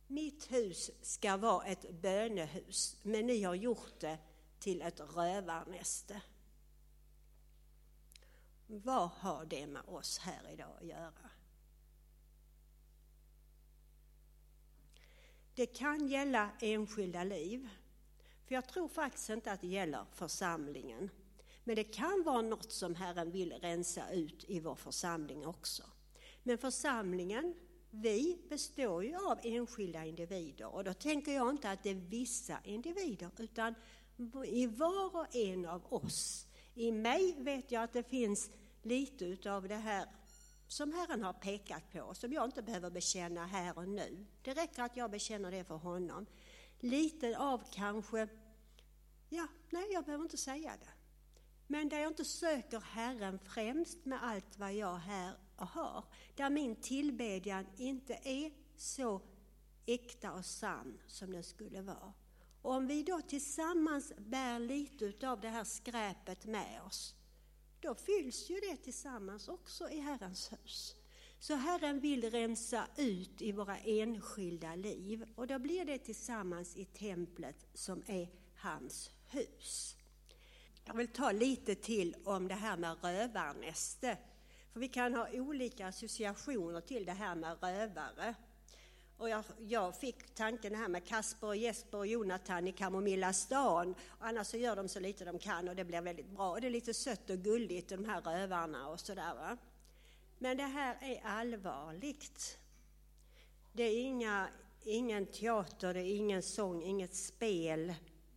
Mitt hus ska vara ett bönehus, men ni har gjort det till ett rövarnäste. Vad har det med oss här idag att göra? Det kan gälla enskilda liv, för jag tror faktiskt inte att det gäller församlingen. Men det kan vara något som Herren vill rensa ut i vår församling också. Men församlingen, vi består ju av enskilda individer, och då tänker jag inte att det är vissa individer, utan i var och en av oss. I mig vet jag att det finns lite av det här som Herren har pekat på, som jag inte behöver bekänna här och nu. Det räcker att jag bekänner det för honom. Lite av kanske, jag behöver inte säga det. Men där jag inte söker Herren främst med allt vad jag här har. Där min tillbedjan inte är så äkta och sann som den skulle vara. Och om vi då tillsammans bär lite av det här skräpet med oss, då fylls ju det tillsammans också i Herrens hus. Så Herren vill rensa ut i våra enskilda liv, och då blir det tillsammans i templet som är hans hus. Jag vill ta lite till om det här med rövarnäste. För vi kan ha olika associationer till det här med rövare. Och jag fick tanken här med Kasper och Jesper och Jonathan i Kamomilla stan. Och annars så gör de så lite de kan och det blir väldigt bra. Och det är lite sött och gulligt, de här rövarna och sådär, va. Men det här är allvarligt. Det är ingen teater, det är ingen sång, inget spel.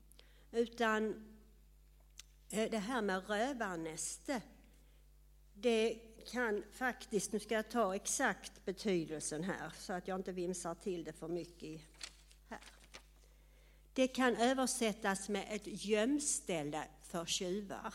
Utan det här med rövarnäste, det kan faktiskt, nu ska jag ta exakt betydelsen här så att jag inte vimsar till det för mycket här. Det kan översättas med ett gömställe för tjuvar.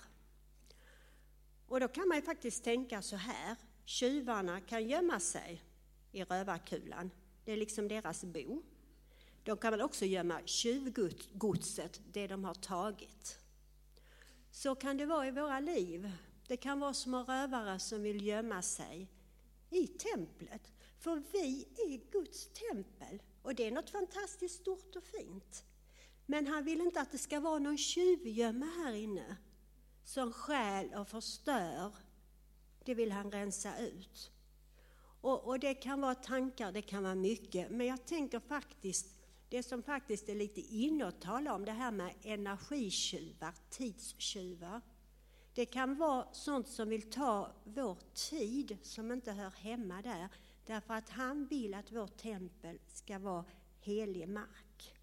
Och då kan man ju faktiskt tänka så här, tjuvarna kan gömma sig i rövarkulan. Det är liksom deras bo. De kan väl också gömma tjuvgodset, det de har tagit. Så kan det vara i våra liv. Det kan vara små rövare som vill gömma sig i templet. För vi är Guds tempel. Och det är något fantastiskt stort och fint. Men han vill inte att det ska vara någon tjuvgömma här inne som stjäl och förstör. Det vill han rensa ut. Och det kan vara tankar, det kan vara mycket. Men jag tänker faktiskt, det som faktiskt är lite inne att tala om, det här med energitjuvar, tidstjuvar. Det kan vara sånt som vill ta vår tid som inte hör hemma där. Därför att han vill att vårt tempel ska vara helig mark.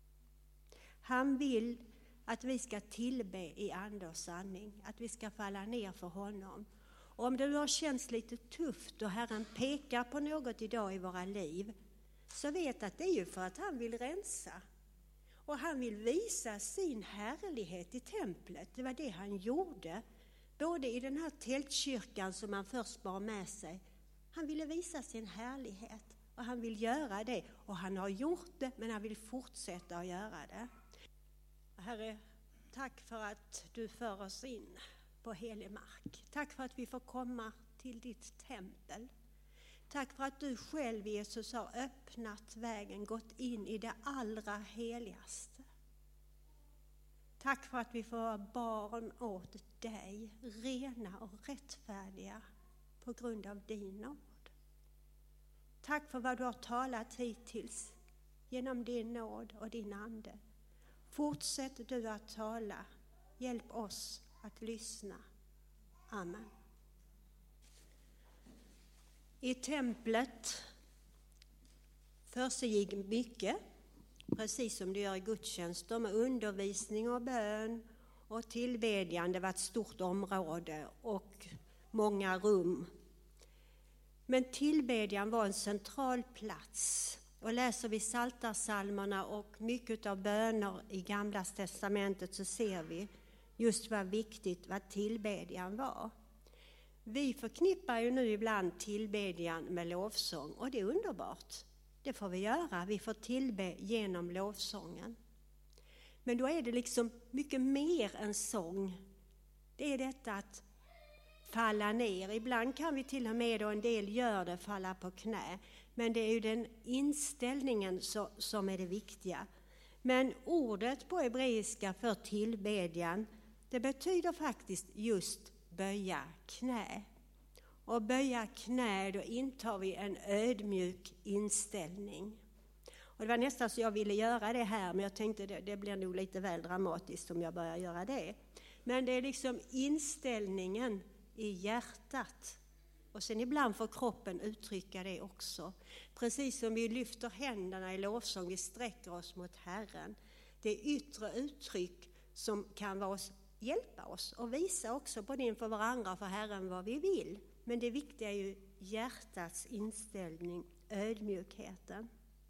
Han vill att vi ska tillbe i ande och sanning. Att vi ska falla ner för honom. Och om det då känns lite tufft och Herren pekar på något idag i våra liv, så vet att det är ju för att han vill rensa. Och han vill visa sin härlighet i templet. Det var det han gjorde. Både i den här tältkyrkan som han först bar med sig. Han ville visa sin härlighet. Och han vill göra det. Och han har gjort det, men han vill fortsätta att göra det. Herre, tack för att du för oss in på helig mark. Tack för att vi får komma till ditt tempel. Tack för att du själv, Jesus, har öppnat vägen, gått in i det allra heligaste. Tack för att vi får vara barn åt dig, rena och rättfärdiga på grund av din nåd. Tack för vad du har talat hittills genom din nåd och din ande. Fortsätt du att tala. Hjälp oss att lyssna. Amen. I templet försiggick mycket, precis som det gör i gudstjänster, med undervisning och bön och tillbedjan. Det var ett stort område och många rum. Men tillbedjan var en central plats. Och läser vi Psaltarpsalmerna och mycket av böner i Gamla testamentet, så ser vi just vad viktigt vad tillbedjan var. Vi förknippar ju nu ibland tillbedjan med lovsång, och det är underbart. Det får vi göra, vi får tillbe genom lovsången. Men då är det liksom mycket mer än sång. Det är detta att falla ner. Ibland kan vi till och med, och en del gör det, falla på knä. Men det är ju den inställningen som är det viktiga. Men ordet på hebreiska för tillbedjan, det betyder faktiskt just böja knä. Och böja knä, då intar vi en ödmjuk inställning. Och det var nästan så jag ville göra det här, men jag tänkte det blir nog lite väl dramatiskt om jag börjar göra det. Men det är liksom inställningen i hjärtat. Och sen ibland får kroppen uttrycka det också. Precis som vi lyfter händerna i lovsång, vi sträcker oss mot Herren. Det är yttre uttryck som kan hjälpa oss och visa också både inför varandra och för Herren vad vi vill. Men det viktiga är ju hjärtats inställning, ödmjukheten.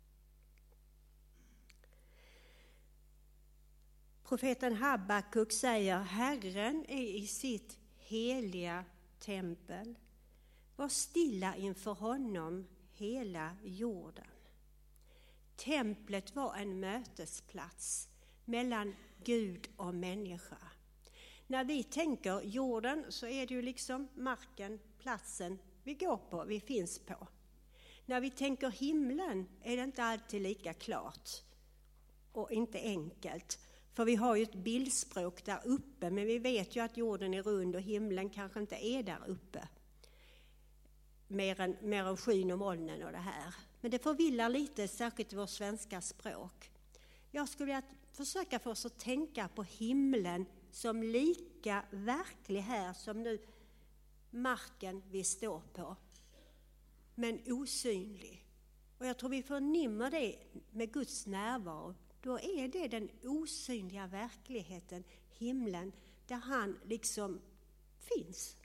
Profeten Habakuk säger: Herren är i sitt heliga tempel. Var stilla inför honom hela jorden. Templet var en mötesplats mellan Gud och människa. När vi tänker jorden så är det ju liksom marken, platsen vi går på, vi finns på. När vi tänker himlen är det inte alltid lika klart och inte enkelt. För vi har ju ett bildspråk där uppe, men vi vet ju att jorden är rund och himlen kanske inte är där uppe. Mer än skyn och molnen och det här. Men det förvillar lite, särskilt i vårt svenska språk. Jag skulle vilja försöka få oss att tänka på himlen som lika verklig här som nu marken vi står på. Men osynlig. Och jag tror vi förnimmer det med Guds närvaro. Då är det den osynliga verkligheten, himlen, där han liksom finns.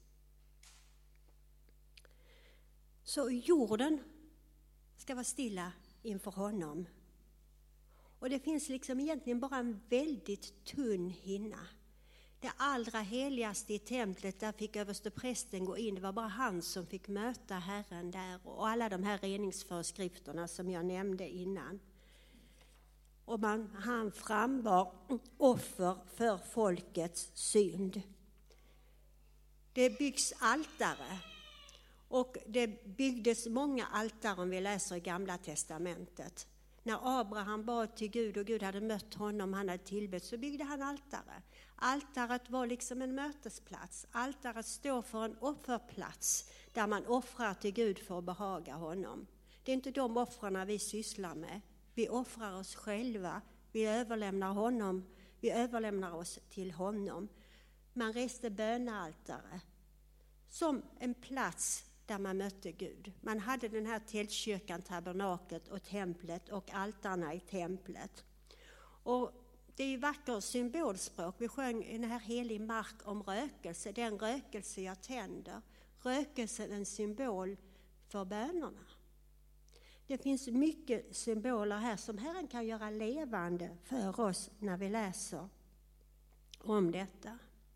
Så jorden ska vara stilla inför honom. Och det finns liksom egentligen bara en väldigt tunn hinna. Det allra heligaste i templet, där fick översteprästen gå in. Det var bara han som fick möta Herren där. Och alla de här reningsföreskrifterna som jag nämnde innan. Och han frambar offer för folkets synd. Det byggs altare. Och det byggdes många altare om vi läser i Gamla testamentet. När Abraham bad till Gud och Gud hade mött honom, han hade tillbett, så byggde han altare. Altaret var liksom en mötesplats. Altaret står för en offerplats där man offrar till Gud för att behaga honom. Det är inte de offrarna vi sysslar med. Vi offrar oss själva, vi överlämnar oss till honom. Man reste bönaltare som en plats där man mötte Gud. Man hade den här tältkyrkan, tabernaklet och templet och altarna i templet. Och det är ju vackert symbolspråk. Vi sjöng i den här helig mark om rökelse. Den rökelse jag tänder. Rökelsen är en symbol för bönerna. Det finns mycket symboler här som Herren kan göra levande för oss när vi läser om detta.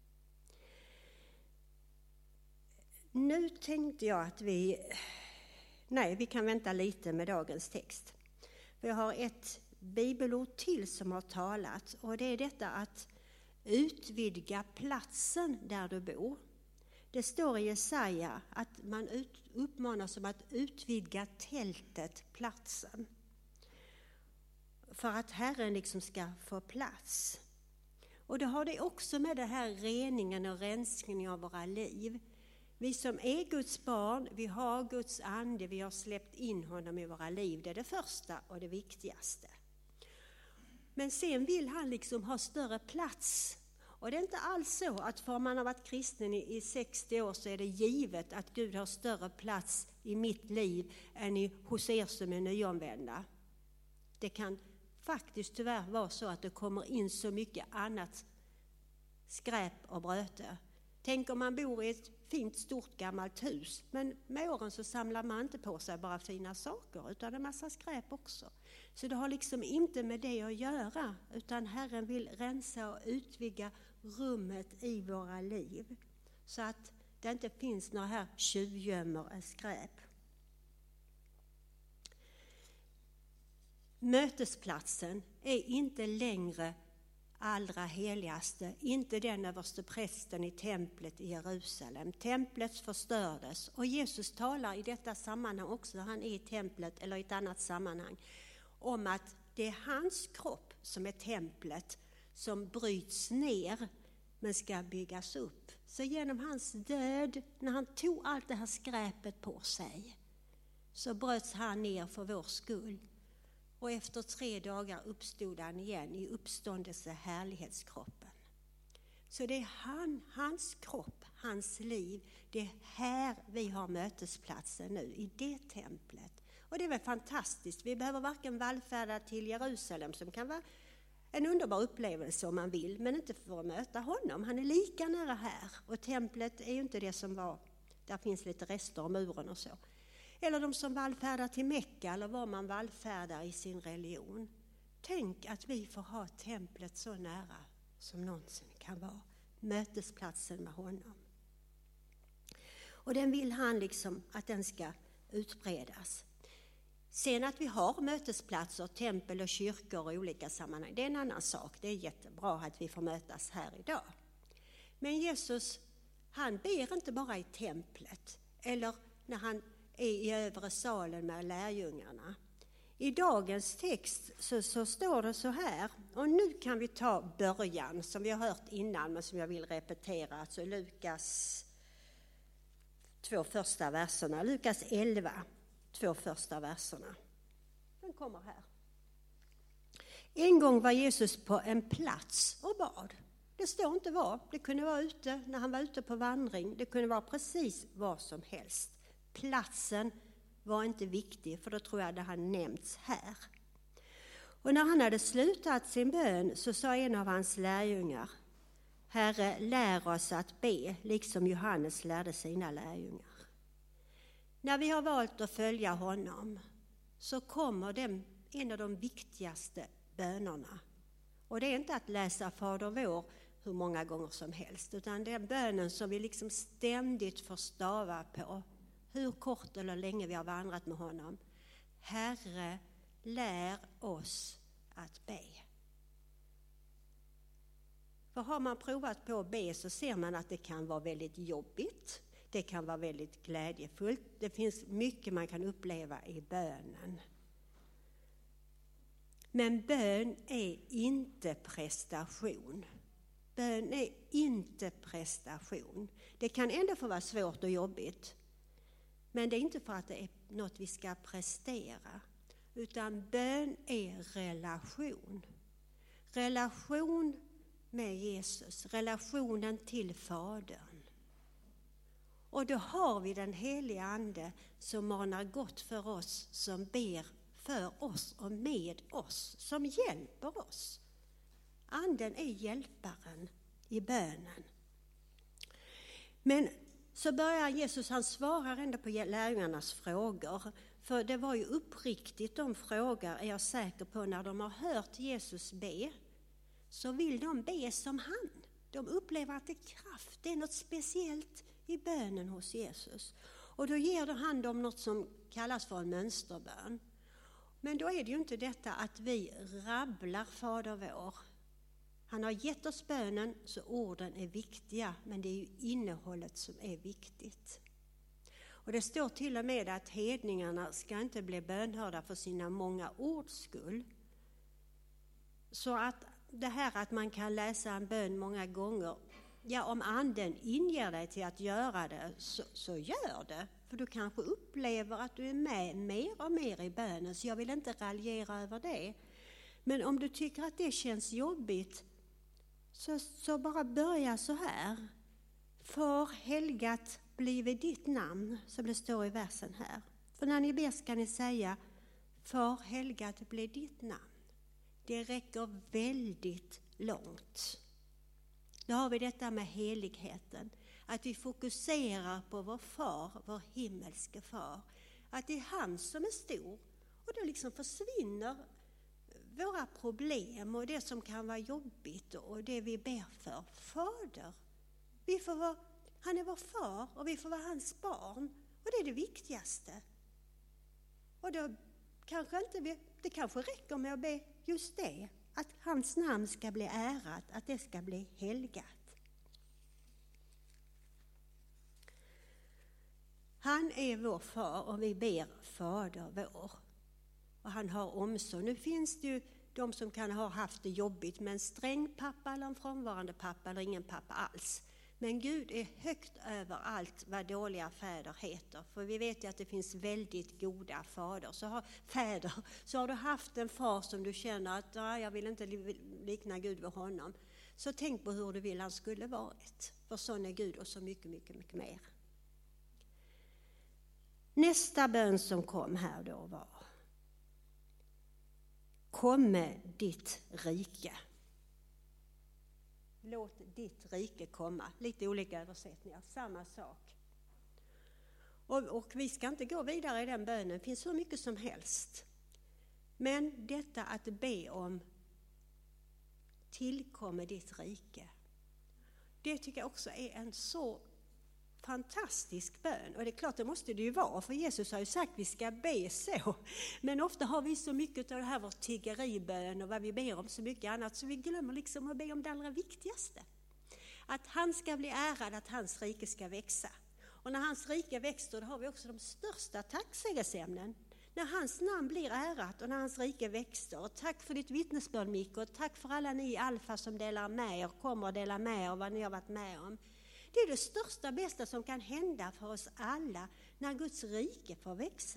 Nu tänkte jag att vi kan vänta lite med dagens text. För jag har ett bibelord till som har talat, och det är detta att utvidga platsen där du bor. Det står i Jesaja att man uppmanas om att utvidga tältet, platsen. För att Herren liksom ska få plats. Och det har det också med det här reningen och rensningen av våra liv. Vi som är Guds barn, vi har Guds ande, vi har släppt in honom i våra liv. Det är det första och det viktigaste. Men sen vill han liksom ha större plats. Och det är inte alls så att för man har varit kristen i 60 år så är det givet att Gud har större plats i mitt liv än hos er som är nyomvända. Det kan faktiskt tyvärr vara så att det kommer in så mycket annat skräp och bröte. Tänk om man bor i ett fint stort gammalt hus, men med åren så samlar man inte på sig bara fina saker utan en massa skräp också. Så det har liksom inte med det att göra, utan Herren vill rensa och utvidga rummet i våra liv så att det inte finns några här tjuvgömmor och skräp. Mötesplatsen är inte längre allra heligaste, inte den överste prästen i templet i Jerusalem. Templet förstördes och Jesus talar i detta sammanhang också, han är i templet eller i ett annat sammanhang, om att det är hans kropp som är templet som bryts ner men ska byggas upp. Så genom hans död, när han tog allt det här skräpet på sig, så bröts han ner för vår skull. Och efter 3 dagar uppstod han igen i uppståndelse härlighetskroppen. Så det är hans kropp, hans liv. Det är här vi har mötesplatsen nu, i det templet. Och det är väl fantastiskt. Vi behöver varken vallfärda till Jerusalem, som kan vara en underbar upplevelse om man vill, men inte för att möta honom. Han är lika nära här. Och templet är ju inte det som var, där finns lite rester av muren och så. Eller de som vallfärdar till Mecka eller var man vallfärdar i sin religion. Tänk att vi får ha templet så nära som någonsin kan vara. Mötesplatsen med honom. Och den vill han liksom att den ska utbredas. Sen att vi har mötesplatser, tempel och kyrkor i olika sammanhang, det är en annan sak. Det är jättebra att vi får mötas här idag. Men Jesus, han ber inte bara i templet eller när han är i övre salen med lärjungarna. I dagens text så står det så här, och nu kan vi ta början som vi har hört innan men som jag vill repetera, alltså Lukas 2 första verserna, Lukas 11, 2 första verserna. Den kommer här. En gång var Jesus på en plats och bad. Det står inte var, det kunde vara ute när han var ute på vandring, det kunde vara precis vad som helst. Platsen var inte viktig, för då tror jag det har nämnts här. Och när han hade slutat sin bön så sa en av hans lärjungar: Herre, lär oss att be, liksom Johannes lärde sina lärjungar. När vi har valt att följa honom så kommer en av de viktigaste bönerna. Och det är inte att läsa Fader vår hur många gånger som helst, utan det är bönen som vi liksom ständigt får stava på. Hur kort eller länge vi har vandrat med honom. Herre, lär oss att be. För har man provat på att be så ser man att det kan vara väldigt jobbigt. Det kan vara väldigt glädjefullt. Det finns mycket man kan uppleva i bönen. Men bön är inte prestation. Bön är inte prestation. Det kan ändå få vara svårt och jobbigt. Men det är inte för att det är något vi ska prestera, utan bön är relation. Relation med Jesus, relationen till Fadern. Och då har vi den heliga Ande som manar gott för oss, som ber för oss och med oss, som hjälper oss. Anden är hjälparen i bönen. Men så börjar Jesus, han svarar ändå på lärjungarnas frågor. För det var ju uppriktigt de frågar, är jag säker på, när de har hört Jesus be. Så vill de be som han. De upplever att det är kraft, det är något speciellt i bönen hos Jesus. Och då ger han dem något som kallas för en mönsterbön. Men då är det ju inte detta att vi rabblar Fader vår. Han har gett oss bönen, så orden är viktiga, men det är ju innehållet som är viktigt. Och det står till och med att hedningarna ska inte bli bönhörda för sina många ords skull. Så att det här att man kan läsa en bön många gånger, ja, om anden inger dig till att göra det, så gör det. För du kanske upplever att du är med mer och mer i bönen, så jag vill inte raljera över det. Men om du tycker att det känns jobbigt, så bara börja så här. Far, helgat blive ditt namn, som det står i versen här. För när ni ber ska ni säga: Far, helgat bli ditt namn. Det räcker väldigt långt. Då har vi detta med heligheten. Att vi fokuserar på vår far, vår himmelske far. Att det är han som är stor. Och då liksom försvinner våra problem och det som kan vara jobbigt och det vi ber för. Fader. Han är vår far och vi får vara hans barn. Och det är det viktigaste. Och då kanske inte det kanske räcker med att be just det. att hans namn ska bli ärat, att det ska bli helgat. Han är vår far och vi ber Fader vår. Och han har omsorg. Nu finns det ju de som kan ha haft det jobbigt med en sträng pappa eller en frånvarande pappa eller ingen pappa alls. Men Gud är högt över allt vad dåliga fäder heter. För vi vet ju att det finns väldigt goda fäder. Så har du haft en far som du känner att jag vill inte likna Gud vid honom. Så tänk på hur du vill han skulle varit. För sån är Gud och så mycket, mycket, mycket mer. Nästa bön som kom här då var: komme ditt rike. Låt ditt rike komma. Lite olika översättningar, samma sak. Och vi ska inte gå vidare i den bönen, det finns hur mycket som helst. Men detta att be om tillkommer ditt rike, det tycker jag också är en så fantastisk bön. Och det är klart, det måste det ju vara, för Jesus har ju sagt att vi ska be så. Men ofta har vi så mycket av det här vårt tiggeribön och vad vi ber om så mycket annat, så vi glömmer liksom att be om det allra viktigaste. Att han ska bli ärad, att hans rike ska växa. Och när hans rike växer, då har vi också de största tacksägelseämnen. När hans namn blir ärat och när hans rike växer. Och tack för ditt vittnesbörd, Mikko, och tack för alla ni i Alfa som delar med er, kommer att dela med er vad ni har varit med om. Det är det största, bästa som kan hända för oss alla när Guds rike får växa.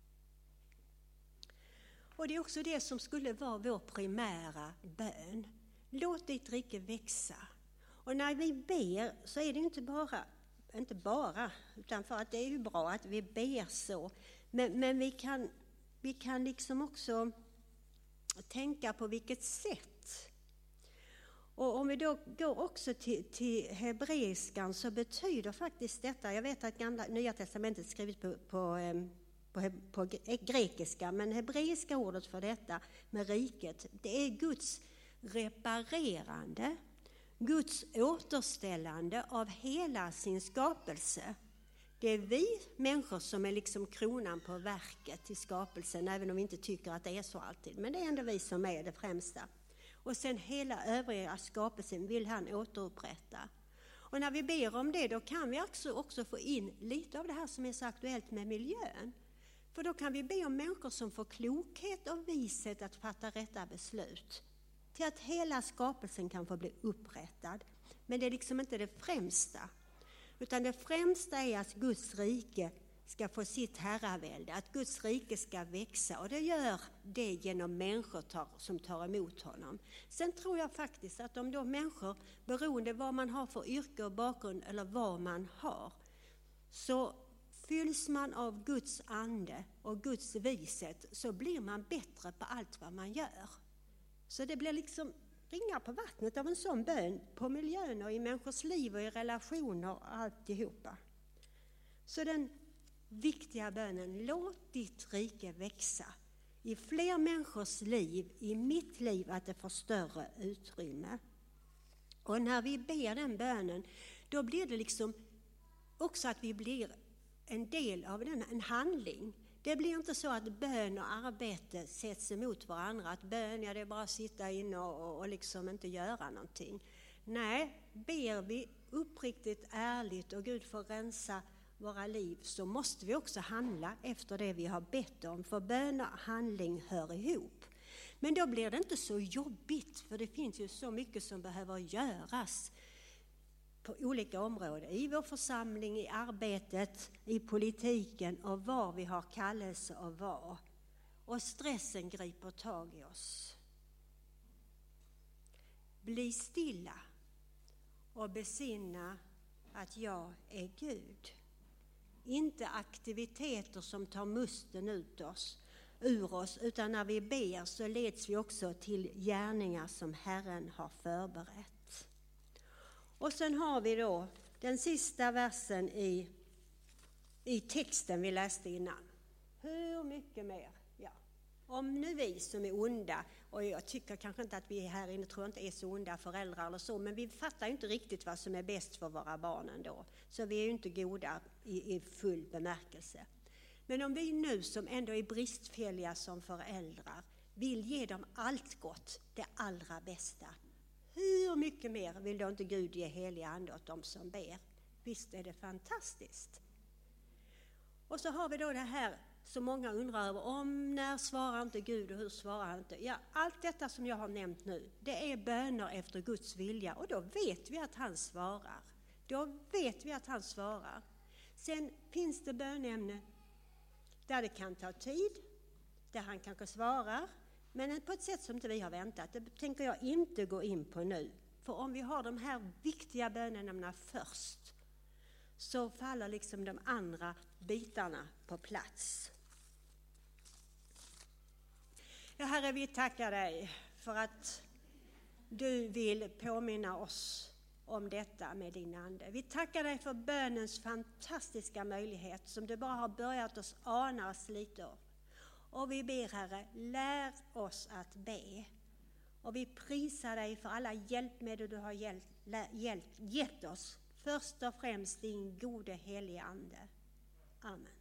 Och det är också det som skulle vara vår primära bön. Låt ditt rike växa. Och när vi ber så är det inte bara, utan för att det är ju bra att vi ber så. Men vi kan liksom också tänka på vilket sätt. Och om vi då går också till hebreiskan, så betyder faktiskt detta, jag vet att Nya testamentet skrivit på grekiska, men hebreiska ordet för detta med riket, det är Guds reparerande, Guds återställande av hela sin skapelse. Det är vi människor som är liksom kronan på verket i skapelsen, även om vi inte tycker att det är så alltid, men det är ändå vi som är det främsta. Och sen hela övriga skapelsen vill han återupprätta. Och när vi ber om det, då kan vi också få in lite av det här som är så aktuellt med miljön. För då kan vi be om människor som får klokhet och vishet att fatta rätta beslut. Till att hela skapelsen kan få bli upprättad. Men det är liksom inte det främsta. Utan det främsta är att Guds rike ska få sitt herravälde, att Guds rike ska växa, och det gör det genom människor som tar emot honom. Sen tror jag faktiskt att om då människor, beroende vad man har för yrke och bakgrund eller vad man har, så fylls man av Guds ande och Guds vishet, så blir man bättre på allt vad man gör. Så det blir liksom ringar på vattnet av en sån bön på miljön och i människors liv och i relationer och alltihopa. Så den viktiga bönen: låt ditt rike växa i fler människors liv, i mitt liv, att det får större utrymme. Och när vi ber den bönen, då blir det liksom också att vi blir en del av en handling. Det blir inte så att bön och arbete sätts emot varandra, att bön, ja, det är bara att sitta inne och liksom inte göra någonting. Nej, ber vi uppriktigt, ärligt och Gud får rensa våra liv, så måste vi också handla efter det vi har bett om, för bön och handling hör ihop. Men då blir det inte så jobbigt, för det finns ju så mycket som behöver göras på olika områden, i vår församling, i arbetet, i politiken och var vi har kallelse och var. Och stressen griper tag i oss. Bli stilla och besinna att jag är Gud. Inte aktiviteter som tar musten ur oss, utan när vi ber så leds vi också till gärningar som Herren har förberett. Och sen har vi då den sista versen i texten vi läste innan. Hur mycket mer? Ja. Om nu vi som är onda, och jag tycker kanske inte att vi här inne tror inte är så onda föräldrar eller så, men vi fattar ju inte riktigt vad som är bäst för våra barn ändå. Så vi är ju inte goda i full bemärkelse. Men om vi nu som ändå är bristfälliga som föräldrar vill ge dem allt gott, det allra bästa. Hur mycket mer vill då inte Gud ge helig ande åt dem som ber? Visst är det fantastiskt. Och så har vi då det här som många undrar över, om när svarar inte Gud och hur svarar han inte? Ja, allt detta som jag har nämnt nu, det är böner efter Guds vilja, och då vet vi att han svarar. Sen finns det bönämne där det kan ta tid, där han kanske svarar, men på ett sätt som inte vi har väntat. Det tänker jag inte gå in på nu. För om vi har de här viktiga bönämnena först, så faller liksom de andra bitarna på plats. Ja, Herre, vi tackar dig för att du vill påminna oss om detta med din ande. Vi tackar dig för bönens fantastiska möjlighet som du bara har börjat oss ana oss lite av. Och vi ber, Herre, lär oss att be. Och vi prisar dig för alla hjälpmedel du har gett oss. Först och främst din gode helige ande. Amen.